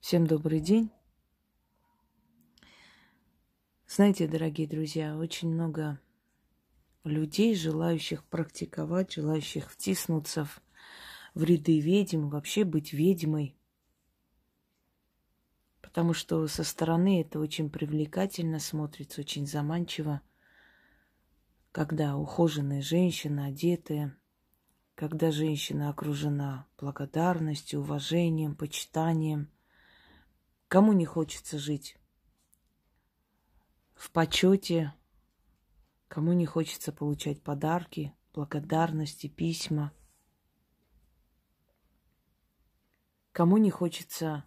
Всем добрый день. Знаете, дорогие друзья, очень много людей, желающих практиковать, желающих втиснуться в ряды ведьм, вообще быть ведьмой. Потому что со стороны это очень привлекательно смотрится, очень заманчиво, когда ухоженная женщина, одетая, когда женщина окружена благодарностью, уважением, почитанием. Кому не хочется жить в почете, кому не хочется получать подарки, благодарности, письма, кому не хочется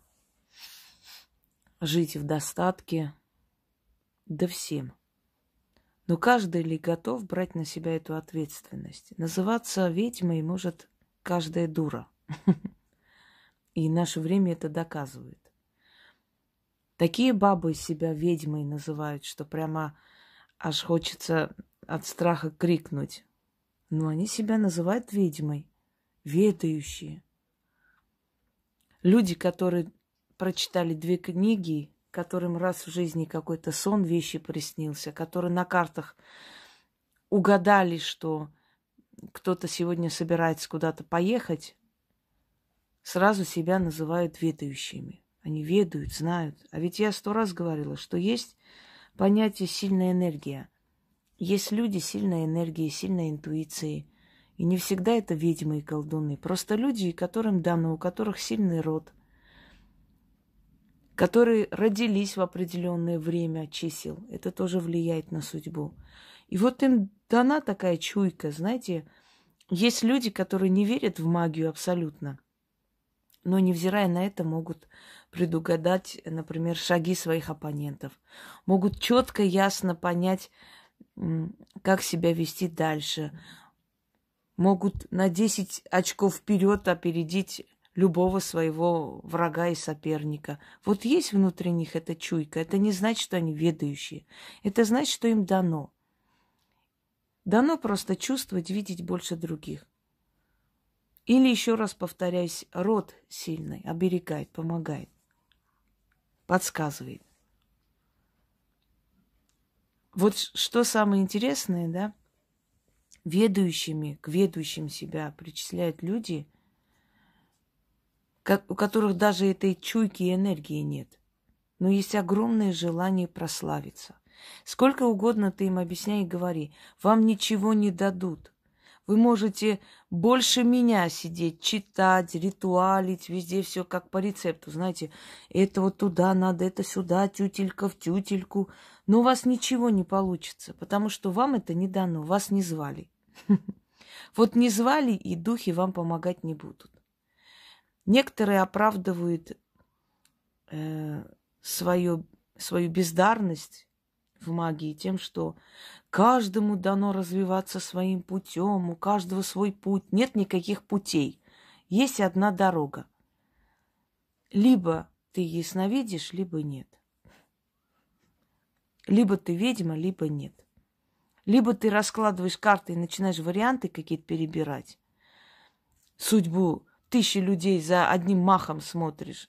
жить в достатке, да всем. Но каждый ли готов брать на себя эту ответственность? Называться ведьмой может каждая дура. И наше время это доказывает. Такие бабы себя ведьмой называют, что прямо аж хочется от страха крикнуть. Но они себя называют ведьмой, ведающие. Люди, которые прочитали 2 книги, которым раз в жизни какой-то сон вещи приснился, которые на картах угадали, что кто-то сегодня собирается куда-то поехать, сразу себя называют ведающими. Они ведают, знают. А ведь я 100 раз говорила, что есть понятие сильная энергия. Есть люди сильной энергией, сильной интуицией. И не всегда это ведьмы и колдуны. Просто люди, которым дано, у которых сильный род, которые родились в определенное время чисел. Это тоже влияет на судьбу. И вот им дана такая чуйка, знаете. Есть люди, которые не верят в магию абсолютно, но, невзирая на это, могут предугадать, например, шаги своих оппонентов. Могут четко, ясно понять, как себя вести дальше. Могут на 10 очков вперед опередить любого своего врага и соперника. Вот есть внутри них эта чуйка. Это не значит, что они ведающие. Это значит, что им дано. Дано просто чувствовать, видеть больше других. Или, еще раз повторяюсь, род сильный оберегает, помогает, подсказывает. Вот что самое интересное, да? Ведающими, к ведущим себя причисляют люди, у которых даже этой чуйки и энергии нет. Но есть огромное желание прославиться. Сколько угодно ты им объясняй и говори, вам ничего не дадут. Вы можете больше меня сидеть, читать, ритуалить, везде все как по рецепту. Знаете, это вот туда надо, это сюда, тютелька в тютельку. Но у вас ничего не получится, потому что вам это не дано, вас не звали. Вот не звали, и духи вам помогать не будут. Некоторые оправдывают свою бездарность в магии тем, что каждому дано развиваться своим путем, у каждого свой путь. Нет никаких путей. Есть одна дорога. Либо ты ясновидишь, либо нет. Либо ты ведьма, либо нет. Либо ты раскладываешь карты и начинаешь варианты какие-то перебирать. Судьбу 1000 людей за одним махом смотришь.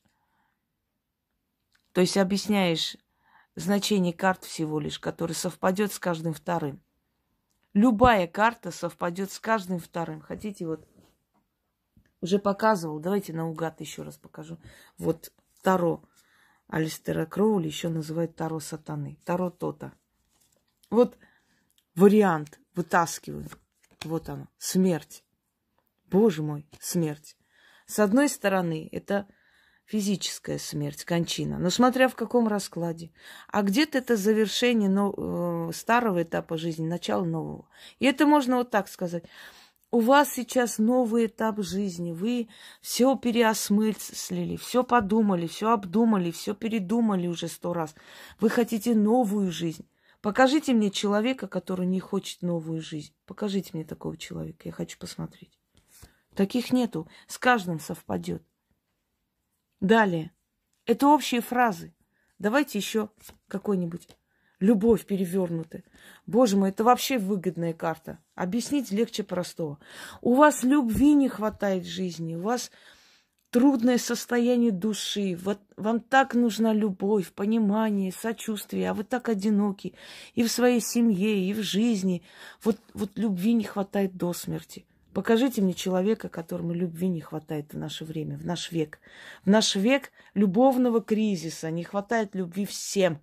То есть объясняешь значение карт всего лишь, который совпадет с каждым вторым. Любая карта совпадет с каждым вторым. Хотите, вот уже показывал, давайте наугад еще раз покажу. Вот Таро Алистера Кроули еще называют Таро сатаны. Таро Тота. Вот вариант вытаскиваю. Вот оно, смерть. Боже мой, смерть. С одной стороны, это физическая смерть, кончина. Но смотря в каком раскладе. А где-то это завершение старого этапа жизни, начало нового. И это можно вот так сказать. У вас сейчас новый этап жизни. Вы все переосмыслили, все подумали, все обдумали, все передумали уже 100 раз. Вы хотите новую жизнь. Покажите мне человека, который не хочет новую жизнь. Покажите мне такого человека. Я хочу посмотреть. Таких нету. С каждым совпадет. Далее. Это общие фразы. Давайте еще какой-нибудь. Любовь перевернутая. Боже мой, это вообще выгодная карта. Объяснить легче простого. У вас любви не хватает в жизни. У вас трудное состояние души, вот вам так нужна любовь, понимание, сочувствие, а вы так одиноки и в своей семье, и в жизни. Вот любви не хватает до смерти. Покажите мне человека, которому любви не хватает в наше время, в наш век. В наш век любовного кризиса не хватает любви всем.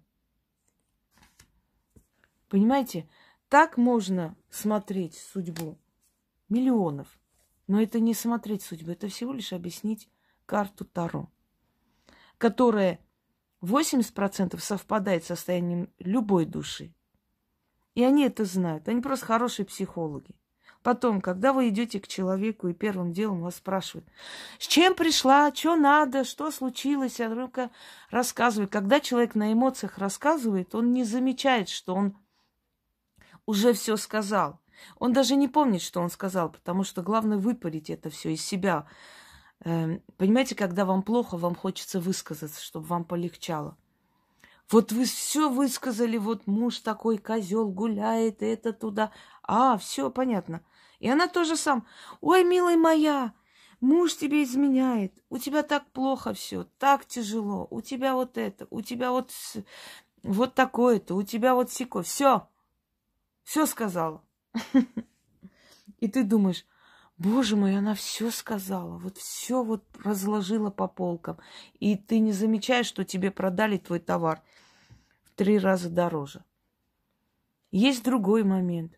Понимаете, так можно смотреть судьбу миллионов. Но это не смотреть судьбу, это всего лишь объяснить карту Таро, которая 80% совпадает с состоянием любой души. И они это знают, они просто хорошие психологи. Потом, когда вы идете к человеку и первым делом вас спрашивают, с чем пришла, что надо, что случилось, а ну-ка рассказывай. Когда человек на эмоциях рассказывает, он не замечает, что он уже все сказал. Он даже не помнит, что он сказал, потому что главное выпарить это все из себя. Понимаете, когда вам плохо, вам хочется высказаться, чтобы вам полегчало. Вот вы все высказали, вот муж такой козел гуляет, это туда. Все понятно. И она тоже сам. Ой, милая моя, муж тебе изменяет. У тебя так плохо все, так тяжело. У тебя вот это, у тебя вот такое-то, у тебя вот сякое. Все сказала. И ты думаешь, боже мой, она все сказала, вот все вот разложила по полкам. И ты не замечаешь, что тебе продали твой товар в 3 раза дороже. Есть другой момент.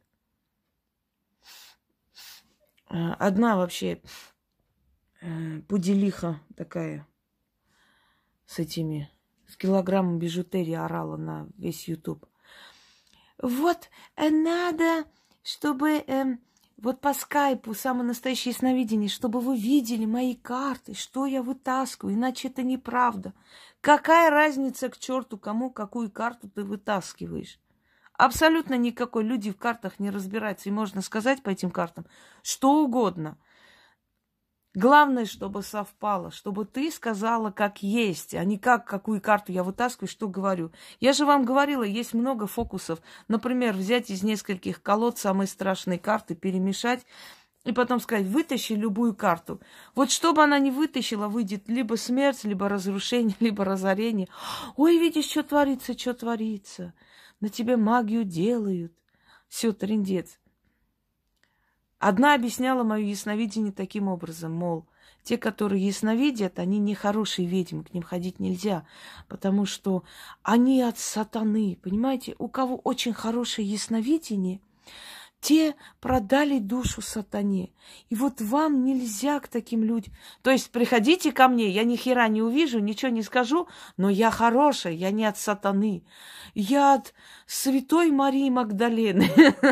Одна вообще пуделиха такая с килограммом бижутерии орала на весь YouTube. Вот надо, чтобы вот по скайпу самое настоящее ясновидение, чтобы вы видели мои карты, что я вытаскиваю, иначе это неправда. Какая разница к черту, кому какую карту ты вытаскиваешь? Абсолютно никакой. Люди в картах не разбираются. И можно сказать по этим картам что угодно. Главное, чтобы совпало, чтобы ты сказала как есть, а не как, какую карту я вытаскиваю, что говорю. Я же вам говорила, есть много фокусов. Например, взять из нескольких колод самые страшные карты, перемешать и потом сказать, вытащи любую карту. Вот что бы она ни вытащила, выйдет либо смерть, либо разрушение, либо разорение. Ой, видишь, что творится, что творится. На тебе магию делают. Все, трындец. Одна объясняла мое ясновидение таким образом, мол, те, которые ясновидят, они нехорошие ведьмы, к ним ходить нельзя, потому что они от сатаны, понимаете? У кого очень хорошее ясновидение, те продали душу сатане. И вот вам нельзя к таким людям. То есть приходите ко мне, я ни хера не увижу, ничего не скажу, но я хорошая, я не от сатаны. Я от святой Марии Магдалены.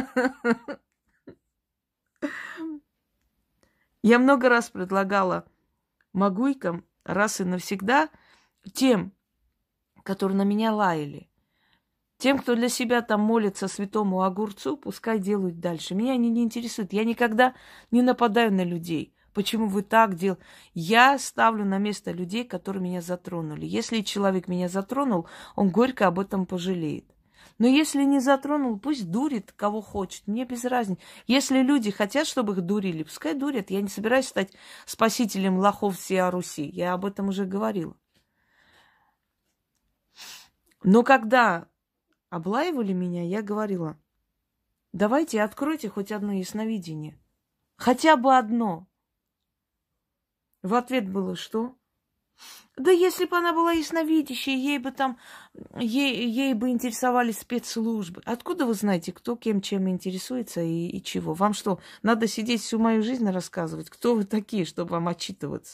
Я много раз предлагала магуйкам раз и навсегда тем, которые на меня лаяли, тем, кто для себя там молится святому огурцу, пускай делают дальше. Меня они не интересуют. Я никогда не нападаю на людей. Почему вы так делаете? Я ставлю на место людей, которые меня затронули. Если человек меня затронул, он горько об этом пожалеет. Но если не затронул, пусть дурит, кого хочет. Мне без разницы. Если люди хотят, чтобы их дурили, пускай дурят. Я не собираюсь стать спасителем лохов всей Руси. Я об этом уже говорила. Но когда облаивали меня, я говорила, давайте откройте хоть одно ясновидение. Хотя бы одно. В ответ было что? Да если бы она была ясновидящей, ей бы интересовались спецслужбы. Откуда вы знаете, кто кем чем интересуется и чего? Вам что, надо сидеть всю мою жизнь рассказывать? Кто вы такие, чтобы вам отчитываться?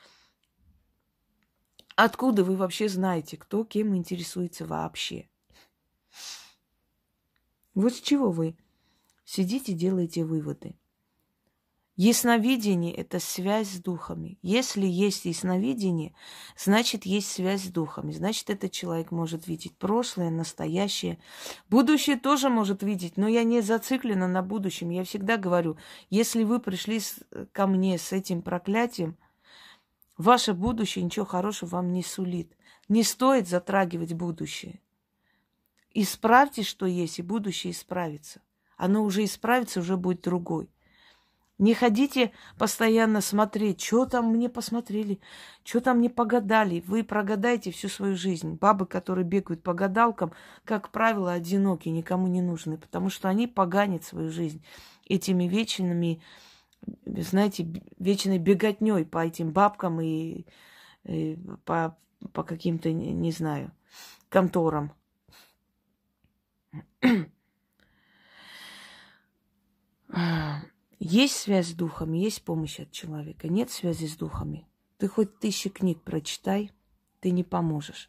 Откуда вы вообще знаете, кто кем интересуется вообще? Вот с чего вы сидите и делаете выводы. Ясновидение – это связь с духами. Если есть ясновидение, значит, есть связь с духами. Значит, этот человек может видеть прошлое, настоящее. Будущее тоже может видеть, но я не зациклена на будущем. Я всегда говорю, если вы пришли ко мне с этим проклятием, ваше будущее ничего хорошего вам не сулит. Не стоит затрагивать будущее. Исправьте, что есть, и будущее исправится. Оно уже исправится, уже будет другой. Не ходите постоянно смотреть, что там мне посмотрели, что там мне погадали. Вы прогадаете всю свою жизнь. Бабы, которые бегают по гадалкам, как правило, одиноки, никому не нужны, потому что они поганят свою жизнь этими вечными, знаете, вечной беготней по этим бабкам и по каким-то, не знаю, конторам. Есть связь с духами, есть помощь от человека. Нет связи с духами. Ты хоть 1000 книг прочитай, ты не поможешь.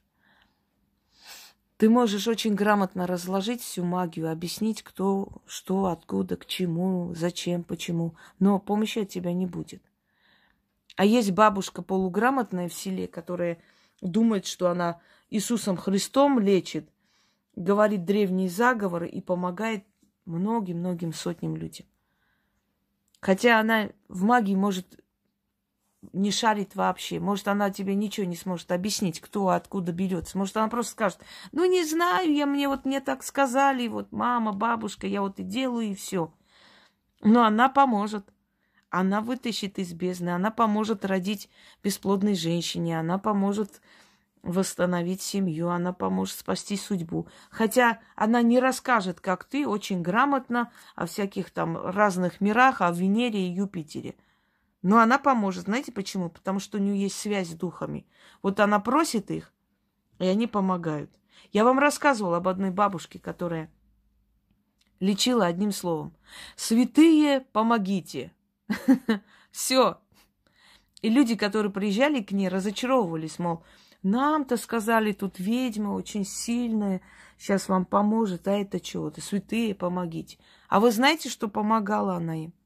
Ты можешь очень грамотно разложить всю магию, объяснить, кто, что, откуда, к чему, зачем, почему. Но помощи от тебя не будет. А есть бабушка полуграмотная в селе, которая думает, что она Иисусом Христом лечит, говорит древние заговоры и помогает многим-многим сотням людям. Хотя она в магии может не шарит вообще. Может, она тебе ничего не сможет объяснить, кто откуда берется. Может, она просто скажет, ну, не знаю, мне так сказали, вот мама, бабушка, я вот и делаю, и все. Но она поможет. Она вытащит из бездны, она поможет родить бесплодной женщине, она поможет восстановить семью, она поможет спасти судьбу. Хотя она не расскажет, как ты, очень грамотно о всяких там разных мирах, о Венере и Юпитере. Но она поможет. Знаете почему? Потому что у нее есть связь с духами. Вот она просит их, и они помогают. Я вам рассказывала об одной бабушке, которая лечила одним словом. Святые, помогите. Все. И люди, которые приезжали к ней, разочаровывались, мол, нам-то сказали, тут ведьма очень сильная, сейчас вам поможет, а это чего-то, святые, помогите. А вы знаете, что помогала она им?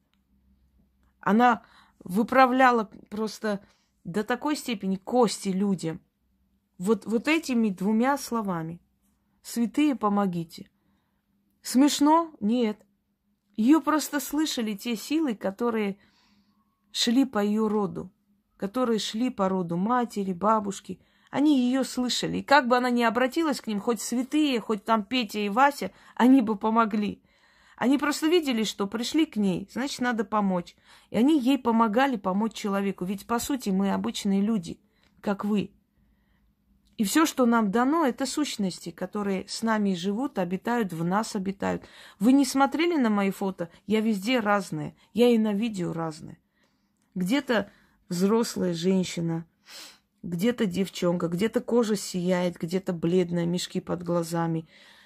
Она выправляла просто до такой степени кости людям. Вот этими 2 словами. Святые, помогите. Смешно? Нет. Ее просто слышали те силы, которые шли по ее роду, которые шли по роду матери, бабушки. Они ее слышали. И как бы она ни обратилась к ним, хоть святые, хоть там Петя и Вася, они бы помогли. Они просто видели, что пришли к ней, значит, надо помочь. И они ей помогали помочь человеку. Ведь, по сути, мы обычные люди, как вы. И все, что нам дано, это сущности, которые с нами живут, обитают, в нас обитают. Вы не смотрели на мои фото? Я везде разная. Я и на видео разная. Где-то взрослая женщина, где-то девчонка, где-то кожа сияет, где-то бледная, мешки под глазами.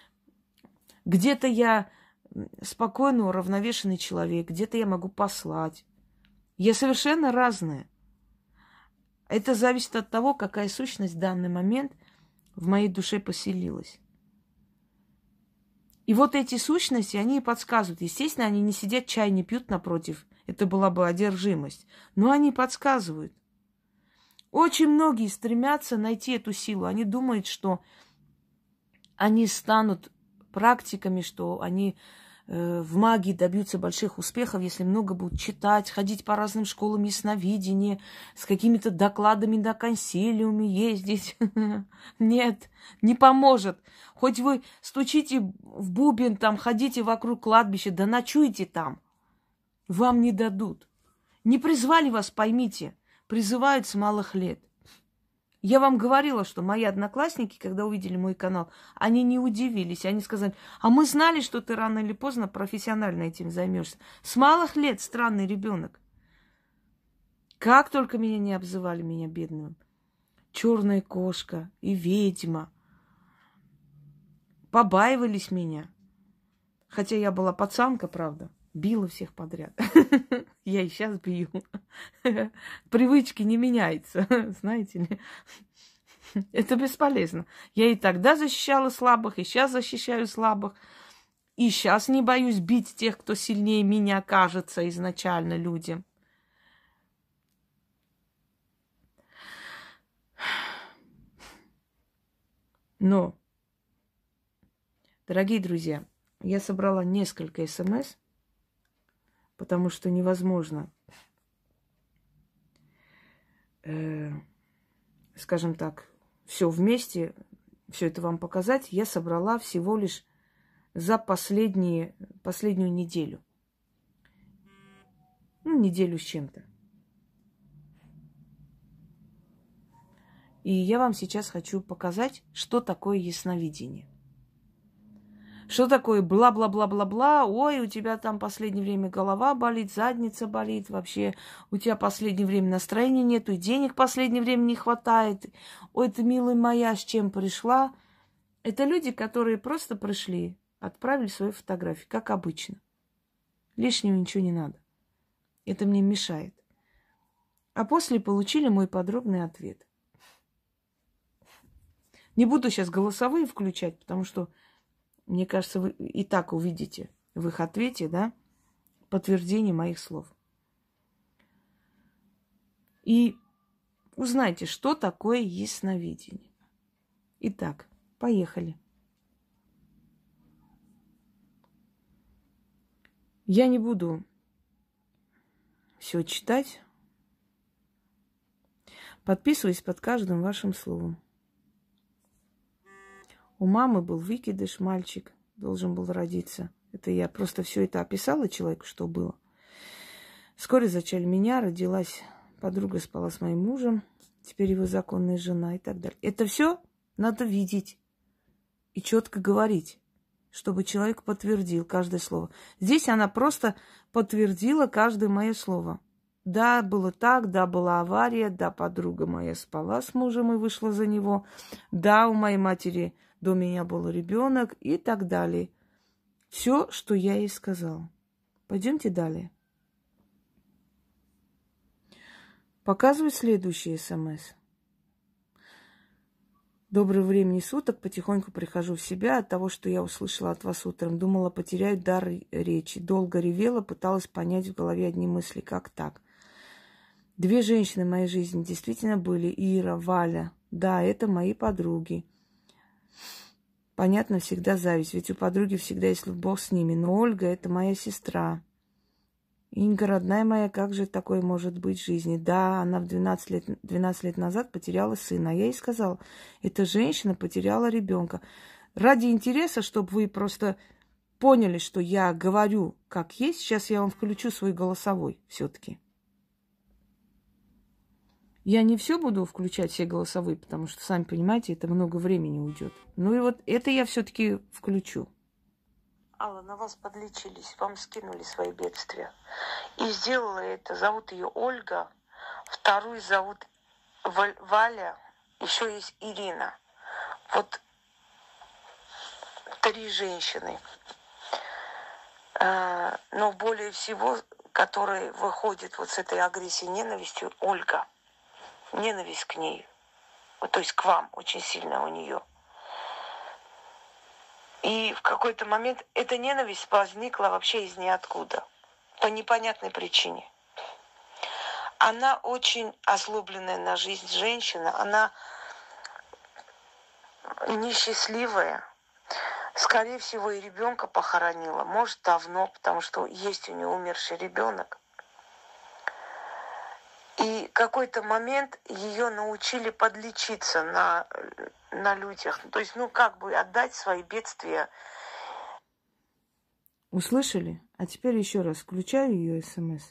Где-то я спокойный, уравновешенный человек, где-то я могу послать. Я совершенно разная. Это зависит от того, какая сущность в данный момент в моей душе поселилась. И вот эти сущности, они и подсказывают. Естественно, они не сидят, чай не пьют напротив. Это была бы одержимость. Но они подсказывают. Очень многие стремятся найти эту силу. Они думают, что они станут практиками, что они в магии добьются больших успехов, если много будут читать, ходить по разным школам ясновидения, с какими-то докладами на консилиуме ездить. Нет, не поможет. Хоть вы стучите в бубен, там, ходите вокруг кладбища, да ночуйте там. Вам не дадут. Не призвали вас, поймите, призывают с малых лет. Я вам говорила, что мои одноклассники, когда увидели мой канал, они не удивились. Они сказали, а мы знали, что ты рано или поздно профессионально этим займешься. С малых лет странный ребенок. Как только меня не обзывали, меня бедным. Черная кошка и ведьма. Побаивались меня. Хотя я была пацанка, правда. Била всех подряд. Я и сейчас бью. Привычки не меняются, знаете ли. Это бесполезно. Я и тогда защищала слабых, и сейчас защищаю слабых. И сейчас не боюсь бить тех, кто сильнее меня кажется изначально людям. Но, дорогие друзья, я собрала несколько СМС, потому что невозможно, скажем так, все вместе, все это вам показать. Я собрала всего лишь за последнюю неделю. Ну, неделю с чем-то. И я вам сейчас хочу показать, что такое ясновидение. Что такое бла-бла-бла-бла-бла, ой, у тебя там последнее время голова болит, задница болит, вообще у тебя последнее время настроения нету, и денег последнее время не хватает. Ой, ты, милая моя, с чем пришла? Это люди, которые просто пришли, отправили свои фотографии, как обычно. Лишнего ничего не надо. Это мне мешает. А после получили мой подробный ответ. Не буду сейчас голосовые включать, потому что, мне кажется, вы и так увидите в их ответе, да, подтверждение моих слов. И узнайте, что такое ясновидение. Итак, поехали. Я не буду все читать. Подписываюсь под каждым вашим словом. У мамы был выкидыш, мальчик должен был родиться. Это я просто все это описала человеку, что было. Вскоре зачали меня, родилась подруга, спала с моим мужем, теперь его законная жена и так далее. Это все надо видеть и четко говорить, чтобы человек подтвердил каждое слово. Здесь она просто подтвердила каждое мое слово. Да, было так, да, была авария, да, подруга моя спала с мужем и вышла за него, да, у моей матери до меня был ребенок и так далее. Все, что я ей сказала. Пойдемте далее. Показываю следующий СМС. Доброго времени суток. Потихоньку прихожу в себя от того, что я услышала от вас утром. Думала, потеряю дар речи. Долго ревела, пыталась понять в голове одни мысли. Как так? 2 женщины в моей жизни действительно были. Ира, Валя. Да, это мои подруги. Понятно, всегда зависть. Ведь у подруги всегда есть Бог с ними. Но Ольга – это моя сестра. Инга, родная моя, как же такое может быть в жизни? Да, она в 12 лет назад потеряла сына. Я ей сказала, эта женщина потеряла ребенка. Ради интереса, чтобы вы просто поняли, что я говорю как есть, сейчас я вам включу свой голосовой все-таки. Я не все буду включать, все голосовые, потому что, сами понимаете, это много времени уйдет. Ну и вот это я все-таки включу. Алла, на вас подлечились, вам скинули свои бедствия. И сделала это, зовут ее Ольга, вторую зовут Валя, еще есть Ирина. Вот 3 женщины. Но более всего, которые выходят вот с этой агрессией, ненавистью, Ольга. Ненависть к ней, вот, то есть к вам очень сильно у нее. И в какой-то момент эта ненависть возникла вообще из ниоткуда, по непонятной причине. Она очень озлобленная на жизнь женщина, она несчастливая. Скорее всего, и ребенка похоронила. Может, давно, потому что есть у нее умерший ребенок. И какой-то момент ее научили подлечиться на людях. То есть, как бы отдать свои бедствия. Услышали? А теперь еще раз включаю ее СМС.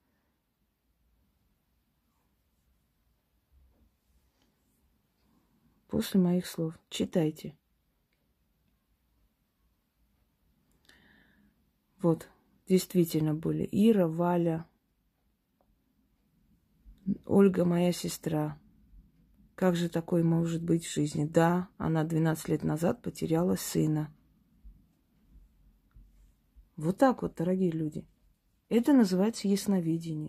После моих слов. Читайте. Вот, действительно были Ира, Валя, Ольга, моя сестра. Как же такое может быть в жизни? Да, она 12 лет назад потеряла сына. Вот так вот, дорогие люди. Это называется ясновидение.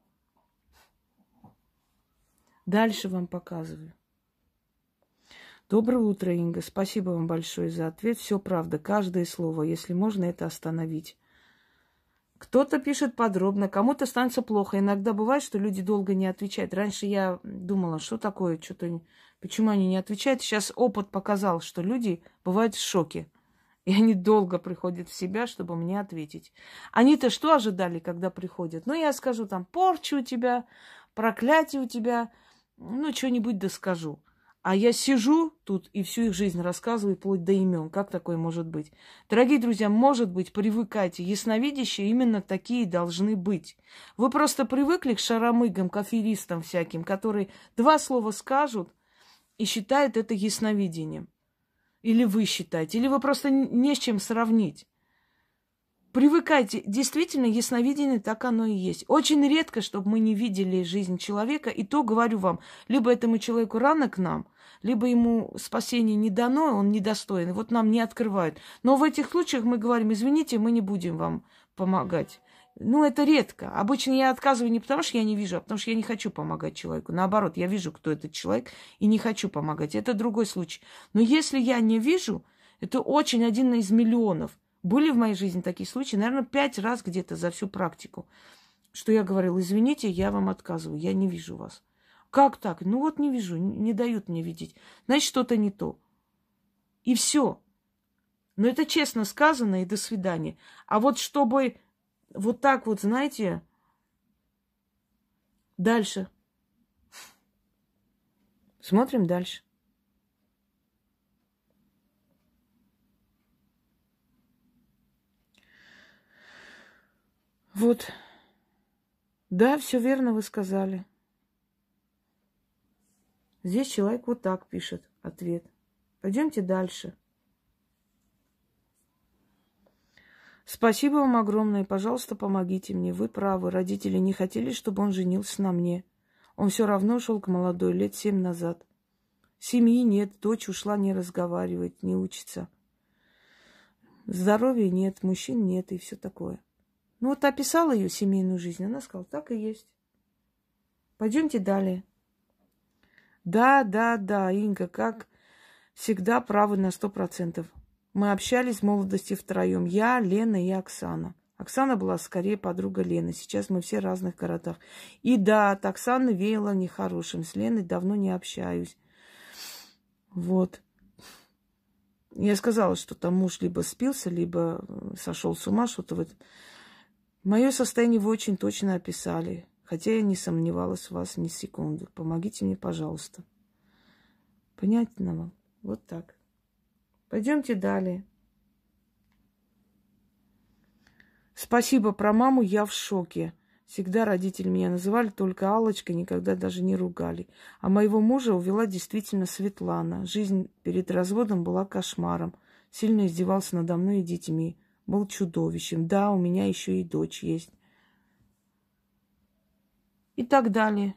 Дальше вам показываю. Доброе утро, Инга. Спасибо вам большое за ответ. Все правда, каждое слово. Если можно это остановить. Кто-то пишет подробно, кому-то становится плохо. Иногда бывает, что люди долго не отвечают. Раньше я думала, что такое, почему они не отвечают. Сейчас опыт показал, что люди бывают в шоке. И они долго приходят в себя, чтобы мне ответить. Они-то что ожидали, когда приходят? Я скажу там, порчу у тебя, проклятие у тебя, что-нибудь доскажу. А я сижу тут и всю их жизнь рассказываю, вплоть до имен. Как такое может быть? Дорогие друзья, может быть, привыкайте. Ясновидящие именно такие должны быть. Вы просто привыкли к шаромыгам, к аферистам всяким, которые 2 слова скажут и считают это ясновидением. Или вы считаете, или вы просто не с чем сравнить. Привыкайте. Действительно, ясновидение так оно и есть. Очень редко, чтобы мы не видели жизнь человека. И то говорю вам, либо этому человеку рано к нам, либо ему спасение не дано, он недостоин. Вот нам не открывают. Но в этих случаях мы говорим, извините, мы не будем вам помогать. Ну, это редко. Обычно я отказываю не потому, что я не вижу, а потому что я не хочу помогать человеку. Наоборот, я вижу, кто этот человек, и не хочу помогать. Это другой случай. Но если я не вижу, это очень один из миллионов. Были в моей жизни такие случаи, наверное, 5 раз где-то за всю практику, что я говорила, извините, я вам отказываю, я не вижу вас. Как так? Ну вот не вижу, не дают мне видеть. Значит, что-то не то. И все. Но это честно сказано, и до свидания. А вот чтобы вот так вот, знаете, дальше. Смотрим дальше. Вот. Да, все верно вы сказали. Здесь человек вот так пишет ответ. Пойдемте дальше. Спасибо вам огромное. Пожалуйста, помогите мне. Вы правы. Родители не хотели, чтобы он женился на мне. Он все равно шел к молодой, лет 7 назад. Семьи нет, дочь ушла, не разговаривает, не учится. Здоровья нет, мужчин нет и все такое. Ну вот описала ее семейную жизнь. Она сказала, так и есть. Пойдемте далее. Да, Инга, как всегда, правы на 100%. Мы общались в молодости втроем. Я, Лена и Оксана. Оксана была скорее подруга Лены. Сейчас мы все в разных городах. И да, от Оксаны веяло нехорошим. С Леной давно не общаюсь. Вот. Я сказала, что там муж либо спился, либо сошел с ума, что-то в этом. Мое состояние вы очень точно описали. Хотя я не сомневалась в вас ни секунды. Помогите мне, пожалуйста. Понятно вам? Вот так. Пойдемте далее. Спасибо про маму, я в шоке. Всегда родители меня называли только Аллочкой, никогда даже не ругали. А моего мужа увела действительно Светлана. Жизнь перед разводом была кошмаром. Сильно издевался надо мной и детьми. Был чудовищем. Да, у меня еще и дочь есть. И так далее.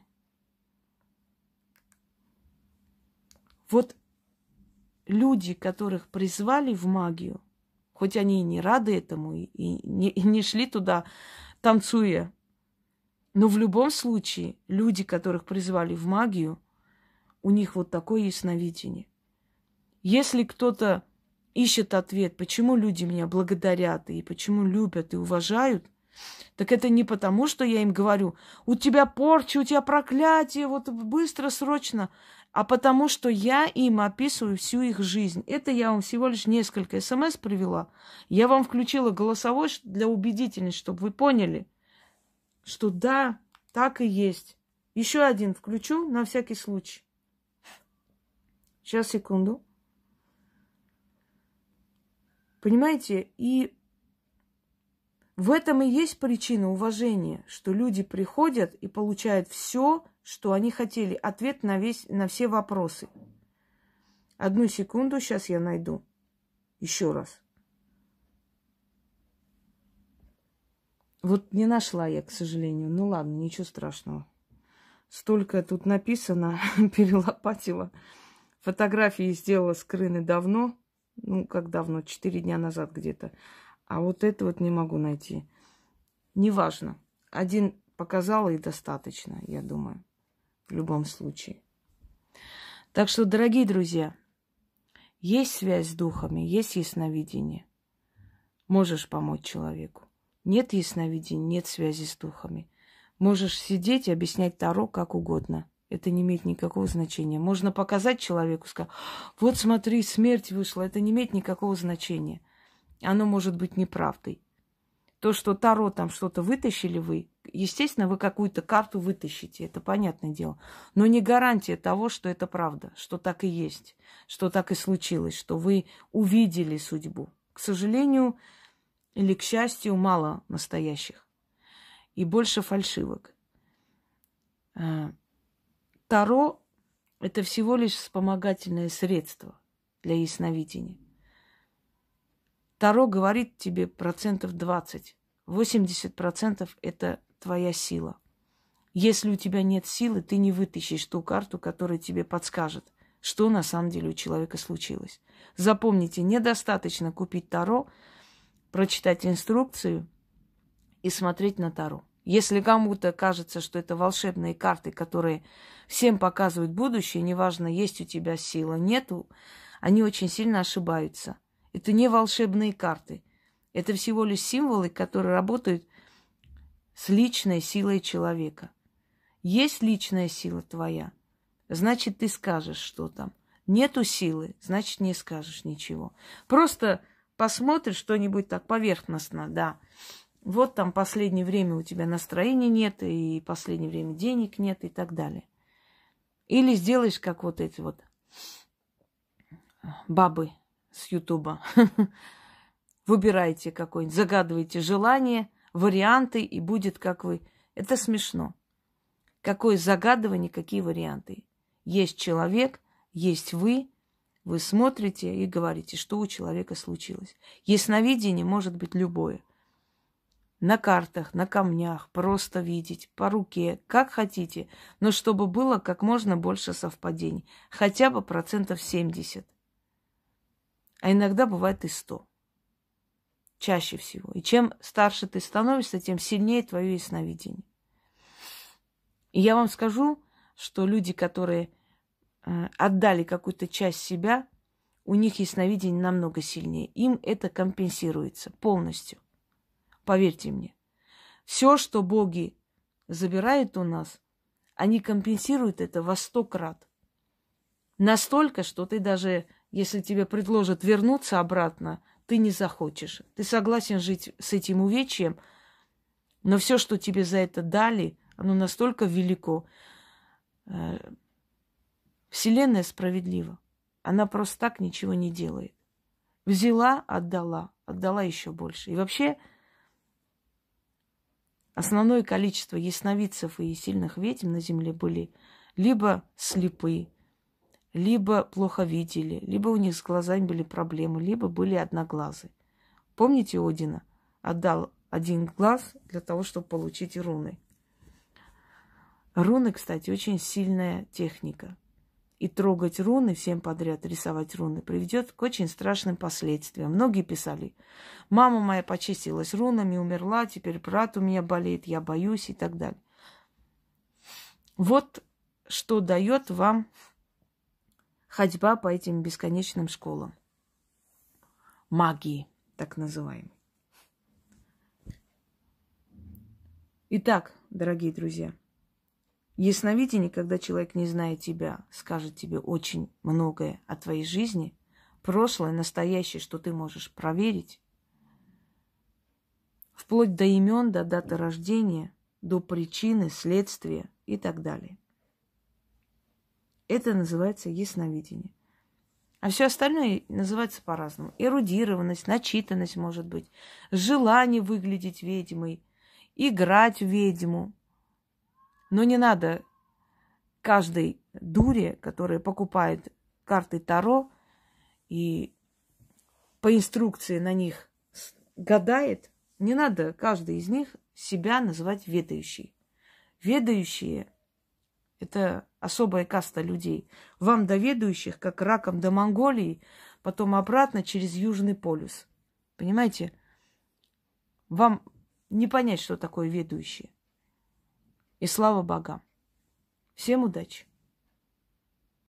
Вот люди, которых призвали в магию, хоть они и не рады этому, и не шли туда, танцуя, но в любом случае люди, которых призвали в магию, у них вот такое ясновидение. Если кто-то ищет ответ, почему люди меня благодарят, и почему любят и уважают, так это не потому, что я им говорю, у тебя порча, у тебя проклятие, вот быстро, срочно, а потому что я им описываю всю их жизнь. Это я вам всего лишь несколько СМС привела. Я вам включила голосовой для убедительности, чтобы вы поняли, что да, так и есть. Еще один включу на всякий случай. Сейчас, секунду. Понимаете, и в этом и есть причина уважения, что люди приходят и получают все, что они хотели, ответ на все вопросы. Одну секунду, сейчас я найду. Еще раз. Вот не нашла я, к сожалению. Ну ладно, ничего страшного. Столько тут написано, перелопатила. Фотографии сделала скрыны давно. Ну, как давно? 4 дня назад где-то. А вот это вот не могу найти. Неважно. Один показала и достаточно, я думаю. В любом случае. Так что, дорогие друзья, есть связь с духами, есть ясновидение. Можешь помочь человеку. Нет ясновидения, нет связи с духами. Можешь сидеть и объяснять Таро как угодно. Это не имеет никакого значения. Можно показать человеку, сказать, вот смотри, смерть вышла. Это не имеет никакого значения. Оно может быть неправдой. То, что Таро там что-то вытащили вы, естественно, вы какую-то карту вытащите, это понятное дело. Но не гарантия того, что это правда, что так и есть, что так и случилось, что вы увидели судьбу. К сожалению или к счастью, мало настоящих и больше фальшивок. Таро – это всего лишь вспомогательное средство для ясновидения. Таро говорит тебе 20%. 80% – это твоя сила. Если у тебя нет силы, ты не вытащишь ту карту, которая тебе подскажет, что на самом деле у человека случилось. Запомните, недостаточно купить Таро, прочитать инструкцию и смотреть на Таро. Если кому-то кажется, что это волшебные карты, которые всем показывают будущее, неважно, есть у тебя сила, нету, они очень сильно ошибаются. Это не волшебные карты. Это всего лишь символы, которые работают с личной силой человека. Есть личная сила твоя, значит, ты скажешь, что там. Нету силы, значит, не скажешь ничего. Просто посмотришь что-нибудь так поверхностно, да. Вот там последнее время у тебя настроения нет, и последнее время денег нет, и так далее. Или сделаешь, как вот эти вот бабы с Ютуба. Выбирайте какой-нибудь, загадывайте желание, варианты, и будет как вы. Это смешно. Какое загадывание, какие варианты. Есть человек, есть вы смотрите и говорите, что у человека случилось. Ясновидение может быть любое. На картах, на камнях, просто видеть, по руке, как хотите, но чтобы было как можно больше совпадений. Хотя бы 70%. А иногда бывает и 100%. Чаще всего. И чем старше ты становишься, тем сильнее твое ясновидение. И я вам скажу, что люди, которые отдали какую-то часть себя, у них ясновидение намного сильнее. Им это компенсируется полностью. Поверьте мне. Все, что боги забирают у нас, они компенсируют это во 100 крат. Настолько, что ты даже, если тебе предложат вернуться обратно, ты не захочешь. Ты согласен жить с этим увечьем, но все, что тебе за это дали, оно настолько велико. Вселенная справедлива. Она просто так ничего не делает. Взяла, отдала еще больше. И вообще основное количество ясновидцев и сильных ведьм на земле были либо слепые, либо плохо видели, либо у них с глазами были проблемы, либо были одноглазые. Помните Одина? Отдал один глаз для того, чтобы получить руны. Руны, кстати, очень сильная техника. И трогать руны всем подряд, рисовать руны, приведет к очень страшным последствиям. Многие писали: мама моя почистилась рунами, умерла, теперь брат у меня болеет, я боюсь и так далее. Вот что дает вам ходьба по этим бесконечным школам. Магии, так называемой. Итак, дорогие друзья, ясновидение, когда человек, не зная тебя, скажет тебе очень многое о твоей жизни, прошлое, настоящее, что ты можешь проверить, вплоть до имен, до даты рождения, до причины, следствия и так далее. Это называется ясновидение. А все остальное называется по-разному. Эрудированность, начитанность, может быть, желание выглядеть ведьмой, играть в ведьму. Но не надо каждой дуре, которая покупает карты Таро и по инструкции на них гадает, не надо каждый из них себя называть ведающей. Ведающие – это особая каста людей. Вам до ведающих, как раком до Монголии, потом обратно через Южный полюс. Понимаете? Вам не понять, что такое ведающие. И слава богам. Всем удачи!